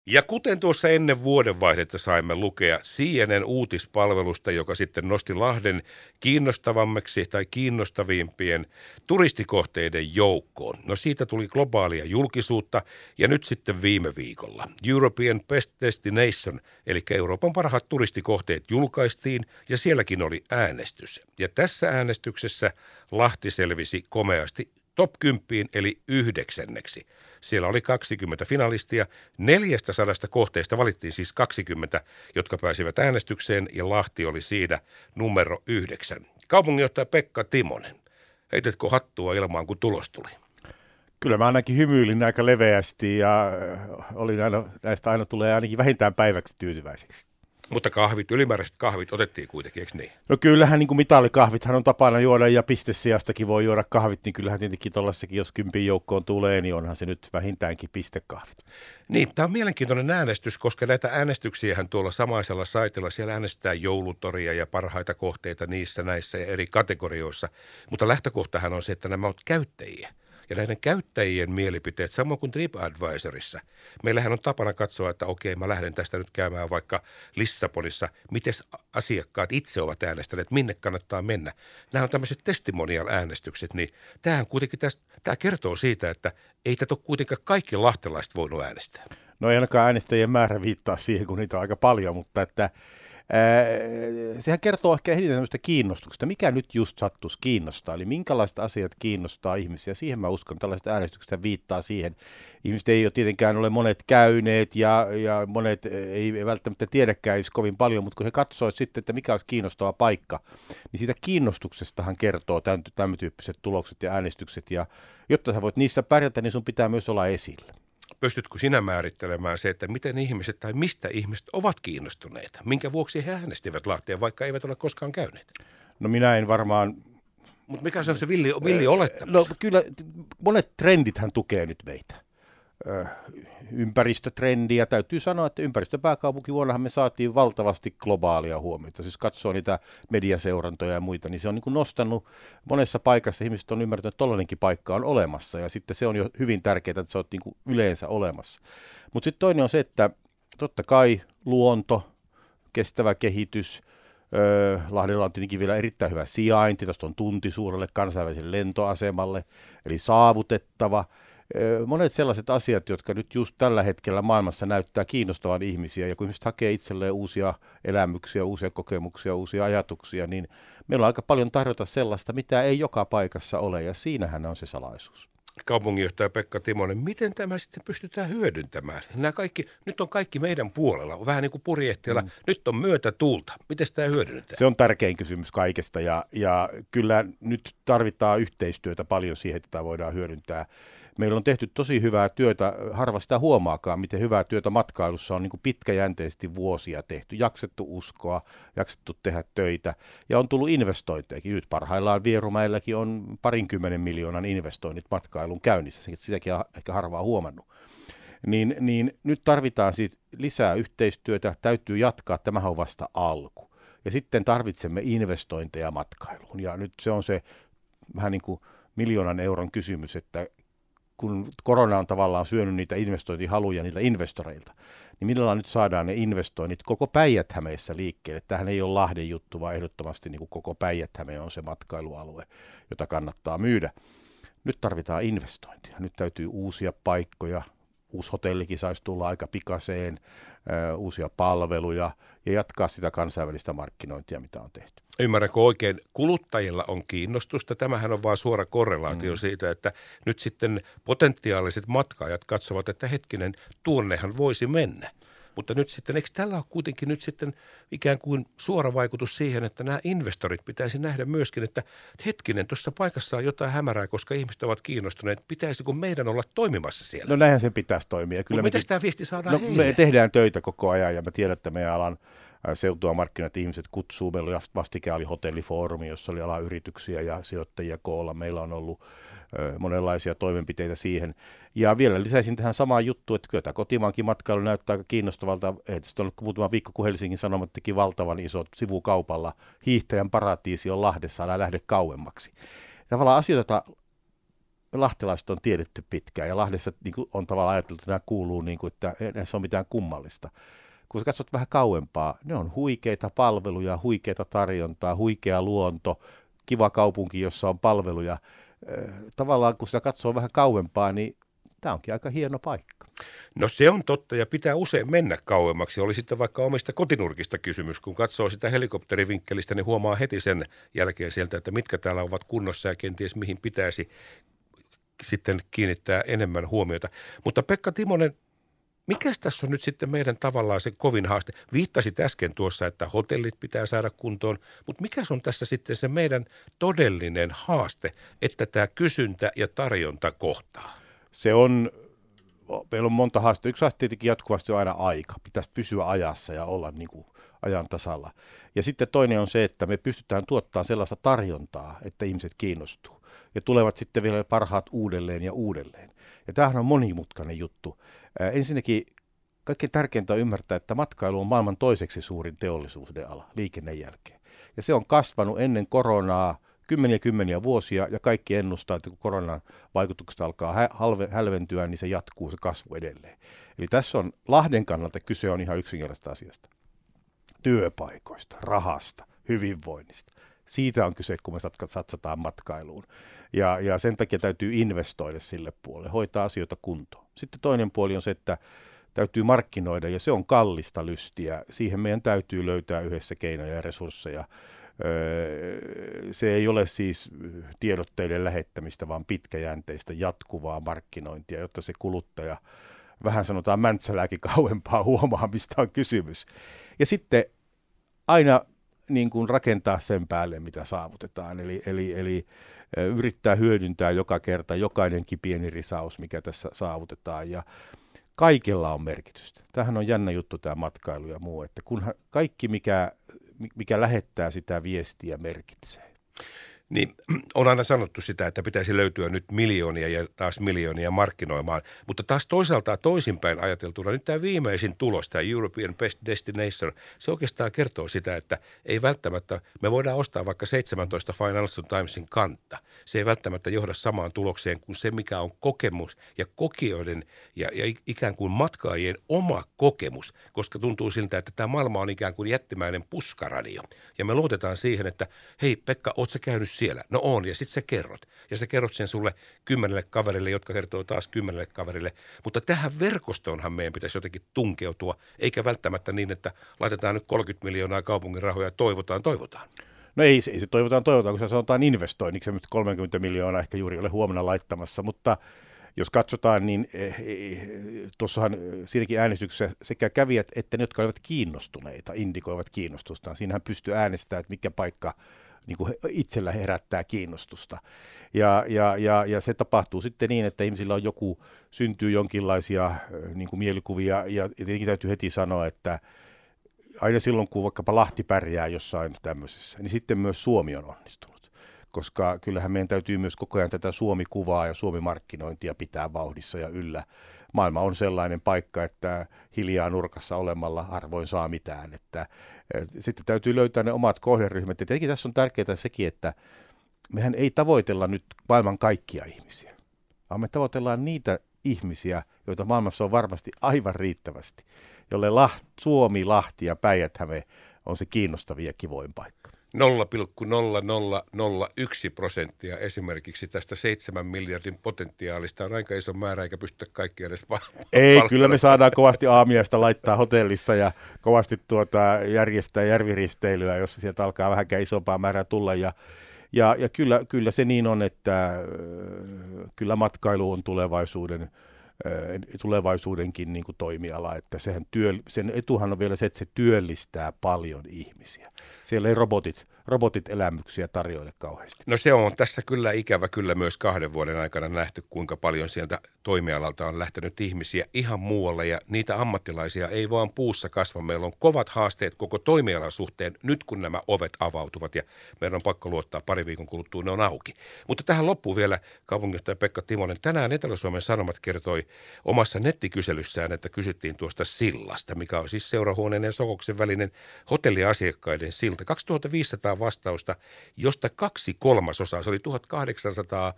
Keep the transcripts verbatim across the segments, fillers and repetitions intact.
Ja kuten tuossa ennen vuodenvaihdetta saimme lukea C N N-uutispalvelusta, joka sitten nosti Lahden kiinnostavammaksi tai kiinnostavimpien turistikohteiden joukkoon. No siitä tuli globaalia julkisuutta ja nyt sitten viime viikolla European Best Destination, eli Euroopan parhaat turistikohteet julkaistiin ja sielläkin oli äänestys. Ja tässä äänestyksessä Lahti selvisi komeasti top kymmenen eli yhdeksänneksi. Siellä oli kaksikymmentä finalistia. Neljästä sadasta kohteesta valittiin siis kaksikymmentä, jotka pääsivät äänestykseen, ja Lahti oli siinä numero yhdeksän. Kaupunginjohtaja Pekka Timonen, heitetkö hattua ilmaan, kun tulos tuli? Kyllä mä ainakin hymyilin aika leveästi ja olin aina, näistä aina tulee ainakin vähintään päiväksi tyytyväiseksi. Mutta kahvit, ylimääräiset kahvit otettiin kuitenkin, eikö niin? No kyllähän niin kuin mitalikahvithan on tapana juoda ja pistesijastakin voi juoda kahvit, niin kyllähän tietenkin tuollaisessakin, jos kympin joukkoon tulee, niin onhan se nyt vähintäänkin pistekahvit. Niin, tämä on mielenkiintoinen äänestys, koska näitä äänestyksiähän tuolla samaisella saitilla, siellä äänestetään joulutoria ja parhaita kohteita niissä näissä ja eri kategorioissa, mutta lähtökohtahan on se, että nämä ovat käyttäjiä. Ja näiden käyttäjien mielipiteet, samoin kuin TripAdvisorissa. Meillähän on tapana katsoa, että okei, mä lähden tästä nyt käymään vaikka Lissabonissa. Miten asiakkaat itse ovat äänestäneet, minne kannattaa mennä. Nämä on tämmöiset testimonial-äänestykset, niin tämähän kuitenkin tästä, tämä kertoo siitä, että ei tätä ole kuitenkaan kaikki lahtelaiset voinut äänestää. No ei ainakaan äänestäjien määrä viittaa siihen, kun niitä on aika paljon, mutta että Ää, sehän kertoo ehkä eniten tämmöistä kiinnostuksesta, mikä nyt just sattuisi kiinnostaa, eli minkälaiset asiat kiinnostaa ihmisiä. Siihen mä uskon, tällaiset äänestykset viittaa siihen. Ihmiset ei ole tietenkään ole monet käyneet ja, ja monet ei välttämättä tiedäkään edes kovin paljon, mutta kun he katsoisivat sitten, että mikä olisi kiinnostava paikka, niin siitä kiinnostuksestahan kertoo tämän, tämän tyyppiset tulokset ja äänestykset, ja jotta sä voit niissä pärjätä, niin sun pitää myös olla esillä. Pystytkö sinä määrittelemään se, että miten ihmiset tai mistä ihmiset ovat kiinnostuneita? Minkä vuoksi he äänestivät Lahtea, vaikka eivät ole koskaan käyneet? No minä en varmaan. Mutta mikä se on se villi, villi olettamus? No kyllä, monet trendithän tukee nyt meitä. Ö, ympäristötrendiä. Täytyy sanoa, että ympäristöpääkaupunkivuonnahan me saatiin valtavasti globaalia huomiota. Siis katsoo niitä mediaseurantoja ja muita, niin se on niin kuin nostanut monessa paikassa. Ihmiset on ymmärtänyt, että tollainenkin paikka on olemassa, ja sitten se on jo hyvin tärkeää, että se on niin kuin yleensä olemassa. Mutta sitten toinen on se, että totta kai luonto, kestävä kehitys, Öö, Lahdella on tietenkin vielä erittäin hyvä sijainti, tuosta on tunti suurelle kansainväliselle lentoasemalle, eli saavutettava. Öö, monet sellaiset asiat, jotka nyt just tällä hetkellä maailmassa näyttää kiinnostavan ihmisiä, ja kun ihmiset hakee itselleen uusia elämyksiä, uusia kokemuksia, uusia ajatuksia, niin meillä on aika paljon tarjota sellaista, mitä ei joka paikassa ole, ja siinähän on se salaisuus. Kaupunginjohtaja Pekka Timonen, miten tämä sitten pystytään hyödyntämään? Nämä kaikki, nyt on kaikki meidän puolella, vähän niin kuin purjehtijalla, mm. nyt on myötätuulta. Miten sitä hyödynnetään? Se on tärkein kysymys kaikesta, ja, ja kyllä nyt tarvitaan yhteistyötä paljon siihen, että tämä voidaan hyödyntää. Meillä on tehty tosi hyvää työtä, harva sitä huomaakaan, miten hyvää työtä matkailussa on niin kuin pitkäjänteisesti vuosia tehty, jaksettu uskoa, jaksettu tehdä töitä ja on tullut investointejakin. Nyt parhaillaan Vierumäelläkin on parinkymmenen miljoonan investoinnit matkailun käynnissä, sitäkin on ehkä harvaa huomannut. Niin, niin nyt tarvitaan siitä lisää yhteistyötä, täytyy jatkaa, tämähän on vasta alku. Ja sitten tarvitsemme investointeja matkailuun ja nyt se on se vähän niin kuin miljoonan euron kysymys, että kun korona on tavallaan syönyt niitä investointihaluja niiltä investoreilta, niin millä nyt saadaan ne investoinnit koko Päijät-Hämeessä liikkeelle. Tämähän ei ole Lahden juttu, vaan ehdottomasti niin kuin koko Päijät-Häme on se matkailualue, jota kannattaa myydä. Nyt tarvitaan investointia. Nyt täytyy uusia paikkoja. Uusi hotellikin saisi tulla aika pikaseen, uusia palveluja ja jatkaa sitä kansainvälistä markkinointia, mitä on tehty. Ymmärränkö oikein, kuluttajilla on kiinnostusta. Tämähän on vain suora korrelaatio mm. siitä, että nyt sitten potentiaaliset matkaajat katsovat, että hetkinen, tuonnehan voisi mennä. Mutta nyt sitten, eikö tällä ole kuitenkin nyt sitten ikään kuin suora vaikutus siihen, että nämä investorit pitäisi nähdä myöskin, että hetkinen, tuossa paikassa on jotain hämärää, koska ihmiset ovat kiinnostuneet. Pitäisikö meidän olla toimimassa siellä? No näinhän sen pitäisi toimia. Kyllä miten tämä viesti saadaan no, heille? Me tehdään töitä koko ajan ja mä tiedän, että meidän alan seutua markkinat ihmiset kutsuu. Meillä oli vastikään oli hotellifoorumi, jossa oli alan yrityksiä ja sijoittajia koolla. Meillä on ollut ö, monenlaisia toimenpiteitä siihen. Ja vielä lisäisin tähän samaan juttuun, että kyllä tämä kotimaankin matkailu näyttää aika kiinnostavalta. Sitten on muutama viikko, kun Helsingin Sanomat teki valtavan iso lahtelaiset on tiedetty pitkään ja Lahdessa niin kuin on tavallaan ajateltu, että nämä kuuluu, niin kuin, että ei näissä ole mitään kummallista. Kun sä katsot vähän kauempaa, ne on huikeita palveluja, huikeita tarjontaa, huikea luonto, kiva kaupunki, jossa on palveluja. Tavallaan kun sitä katsoo vähän kauempaa, niin tämä onkin aika hieno paikka. No se on totta ja pitää usein mennä kauemmaksi. Oli sitten vaikka omista kotinurkista kysymys. Kun katsoo sitä helikopterivinkkelistä, niin huomaa heti sen jälkeen sieltä, että mitkä täällä ovat kunnossa ja kenties mihin pitäisi sitten kiinnittää enemmän huomiota. Mutta Pekka Timonen, mikäs tässä on nyt sitten meidän tavallaan se kovin haaste? Viittasit äsken tuossa, että hotellit pitää saada kuntoon, mutta mikäs on tässä sitten se meidän todellinen haaste, että tämä kysyntä ja tarjonta kohtaa? Se on, meillä on monta haastetta. Yksi haaste tietenkin jatkuvasti on aina aika. Pitäisi pysyä ajassa ja olla niin kuin ajan tasalla. Ja sitten toinen on se, että me pystytään tuottamaan sellaista tarjontaa, että ihmiset kiinnostuu. Ja tulevat sitten vielä parhaat uudelleen ja uudelleen. Ja tämähän on monimutkainen juttu. Ää, ensinnäkin kaikkein tärkeintä on ymmärtää, että matkailu on maailman toiseksi suurin teollisuuden ala liikenteen jälkeen. Ja se on kasvanut ennen koronaa kymmeniä kymmeniä vuosia, ja kaikki ennustaa, että kun koronan vaikutukset alkaa hälve, hälventyä, niin se jatkuu se kasvu edelleen. Eli tässä on Lahden kannalta kyse on ihan yksinkertaisesta asiasta. Työpaikoista, rahasta, hyvinvoinnista. Siitä on kyse, kun me satsataan matkailuun. Ja, ja sen takia täytyy investoida sille puolelle, hoitaa asioita kuntoon. Sitten toinen puoli on se, että täytyy markkinoida, ja se on kallista lystiä. Siihen meidän täytyy löytää yhdessä keinoja ja resursseja. Se ei ole siis tiedotteiden lähettämistä, vaan pitkäjänteistä jatkuvaa markkinointia, jotta se kuluttaja vähän sanotaan mäntsälääkin kauempaa huomaa, mistä on kysymys. Ja sitten aina niin kuin rakentaa sen päälle, mitä saavutetaan. Eli, eli, eli yrittää hyödyntää joka kerta jokainenkin pieni risaus, mikä tässä saavutetaan. Ja kaikella on merkitystä. Tämähän on jännä juttu tämä matkailu ja muu, että kunhan kaikki, mikä, mikä lähettää sitä viestiä, merkitsee. Niin on aina sanottu sitä, että pitäisi löytyä nyt miljoonia ja taas miljoonia markkinoimaan, mutta taas toisaalta toisinpäin ajateltuna nyt tämä viimeisin tulos, tämä European Best Destination, se oikeastaan kertoo sitä, että ei välttämättä, me voidaan ostaa vaikka seitsemäntoista Financial Timesin kantta, se ei välttämättä johda samaan tulokseen kuin se, mikä on kokemus ja kokijoiden ja, ja ikään kuin matkaajien oma kokemus, koska tuntuu siltä, että tämä maailma on ikään kuin jättimäinen puskaradio ja me luotetaan siihen, että hei Pekka, ootko sä käynyt siellä? No on, ja sitten sä kerrot. Ja sä kerrot sen sulle kymmenelle kaverille, jotka kertoo taas kymmenelle kaverille. Mutta tähän verkostoonhan meidän pitäisi jotenkin tunkeutua, eikä välttämättä niin, että laitetaan nyt kolmekymmentä miljoonaa kaupungin rahoja ja toivotaan, toivotaan. No ei, ei se toivotaan, toivotaan, kun se sanotaan investoinniksi, se nyt kolmekymmentä miljoonaa ehkä juuri ole huomenna laittamassa, mutta jos katsotaan, niin eh, eh, tuossahan siinäkin äänestyksessä sekä kävijät että ne, jotka olivat kiinnostuneita, indikoivat kiinnostustaan. Siinähän pystyy äänestämään, että mikä paikka niin kuin itsellä herättää kiinnostusta. Ja, ja, ja, ja se tapahtuu sitten niin, että ihmisillä on joku, syntyy jonkinlaisia niin kuin mielikuvia, ja tietenkin täytyy heti sanoa, että aina silloin, kun vaikkapa Lahti pärjää jossain tämmöisessä, niin sitten myös Suomi on onnistunut. Koska kyllähän meidän täytyy myös koko ajan tätä Suomi-kuvaa ja Suomi-markkinointia pitää vauhdissa ja yllä. Maailma on sellainen paikka, että hiljaa nurkassa olemalla harvoin saa mitään. Että, sitten täytyy löytää ne omat kohderyhmät. Ja tietenkin tässä on tärkeää sekin, että mehän ei tavoitella nyt maailman kaikkia ihmisiä, vaan me tavoitellaan niitä ihmisiä, joita maailmassa on varmasti aivan riittävästi, jolle Laht, Suomi, Lahti ja Päijät-Häme on se kiinnostavin ja kivoin paikka. nolla pilkku nolla nolla nolla yksi prosenttia esimerkiksi tästä seitsemän miljardin potentiaalista on aika iso määrä, eikä pystytä kaikki edes palvelemaan. Ei, kyllä me saadaan kovasti aamiaista laittaa hotellissa ja kovasti tuota järjestää järviristeilyä, jos sieltä alkaa vähänkään isompaa määrää tulla. Ja, ja, ja kyllä, kyllä se niin on, että kyllä matkailu on tulevaisuuden tulevaisuudenkin niin kuin toimiala, että sehän työ, sen etuhan on vielä se, että se työllistää paljon ihmisiä. Siellä ei robotit, robotit elämyksiä tarjoile kauheasti. No se on tässä kyllä ikävä kyllä myös kahden vuoden aikana nähty, kuinka paljon sieltä toimialalta on lähtenyt ihmisiä ihan muualle ja niitä ammattilaisia ei vaan puussa kasva. Meillä on kovat haasteet koko toimialan suhteen nyt, kun nämä ovet avautuvat ja meidän on pakko luottaa pari viikon kuluttua, ne on auki. Mutta tähän loppuu vielä kaupunginjohtaja Pekka Timonen. Tänään Etelä-Suomen Sanomat kertoi omassa nettikyselyssään, että kysyttiin tuosta sillasta, mikä on siis Seurahuoneen ja Sokoksen välinen hotelliasiakkaiden silta. kaksituhattaviisisataa vastausta, josta kaksi kolmasosaa, se oli tuhatkahdeksansataakuusi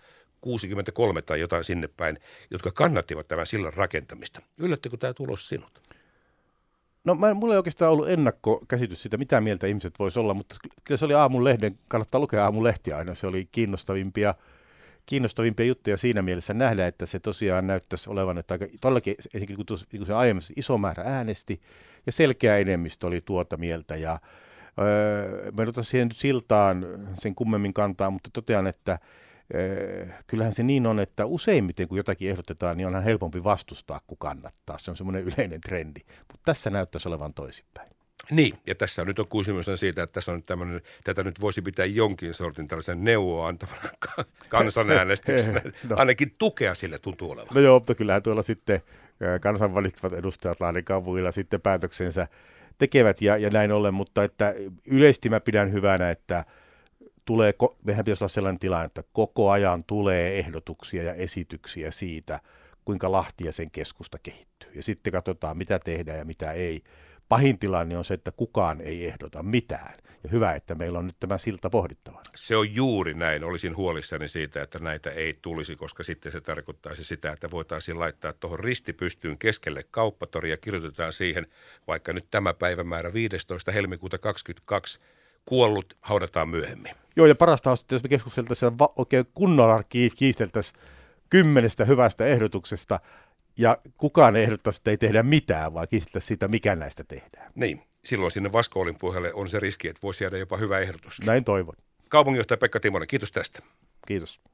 kuusikymmentäkolme tai jotain sinne päin, jotka kannattivat tämän sillan rakentamista. Yllättikö tämä tulos sinut? No mä, mulla ei oikeastaan ollut ennakkokäsitys siitä, mitä mieltä ihmiset voisi olla, mutta kyllä se oli aamun lehden, kannattaa lukea aamun lehtiä aina, se oli kiinnostavimpia, kiinnostavimpia juttuja siinä mielessä nähdä, että se tosiaan näyttäisi olevan, että aika, todellakin esimerkiksi kun, tuossa, niin kuin se aiemmin iso määrä äänesti ja selkeä enemmistö oli tuota mieltä ja öö, mä en ota siihen nyt siltaan sen kummemmin kantaa, mutta totean, että kyllähän se niin on, että useimmiten kun jotakin ehdotetaan, niin onhan helpompi vastustaa kuin kannattaa. Se on semmoinen yleinen trendi, mutta tässä näyttäisi olevan toisinpäin. Niin, ja tässä on nyt on kysymys siitä, että tässä on tämmöinen, tätä nyt voisi pitää jonkin sortin tällaisen neuvoa antavana kansanäänestyksenä. no. Ainakin tukea sille tuntuu olevan. No joo, mutta kyllähän tuolla sitten kansan valitsevat edustajat Lahden kaupungilla sitten päätöksensä tekevät ja, ja näin ollen, mutta että yleisesti mä pidän hyvänä, että tulee, mehän pitäisi olla sellainen tilanne, että koko ajan tulee ehdotuksia ja esityksiä siitä, kuinka Lahti ja sen keskusta kehittyy. Ja sitten katsotaan, mitä tehdään ja mitä ei. Pahin tilanne on se, että kukaan ei ehdota mitään. Ja hyvä, että meillä on nyt tämä silta pohdittavana. Se on juuri näin. Olisin huolissani siitä, että näitä ei tulisi, koska sitten se tarkoittaisi sitä, että voitaisiin laittaa tuohon ristipystyyn keskelle Kauppatori ja kirjoitetaan siihen, vaikka nyt tämä päivämäärä viidestoista helmikuuta kaksikymmentäkaksi, kuollut haudataan myöhemmin. Joo, ja parasta on sitten, jos me keskusteltaisiin va- oikein kunnolla kiisteltäisiin kymmenestä hyvästä ehdotuksesta, ja kukaan ei ehdottaisi, että ei tehdä mitään, vaan kiisteltäisiin siitä, mikä näistä tehdään. Niin, silloin sinne Vaskoolin puheelle on se riski, että voisi jäädä jopa hyvä ehdotus. Näin toivon. Kaupunginjohtaja Pekka Timonen, kiitos tästä. Kiitos.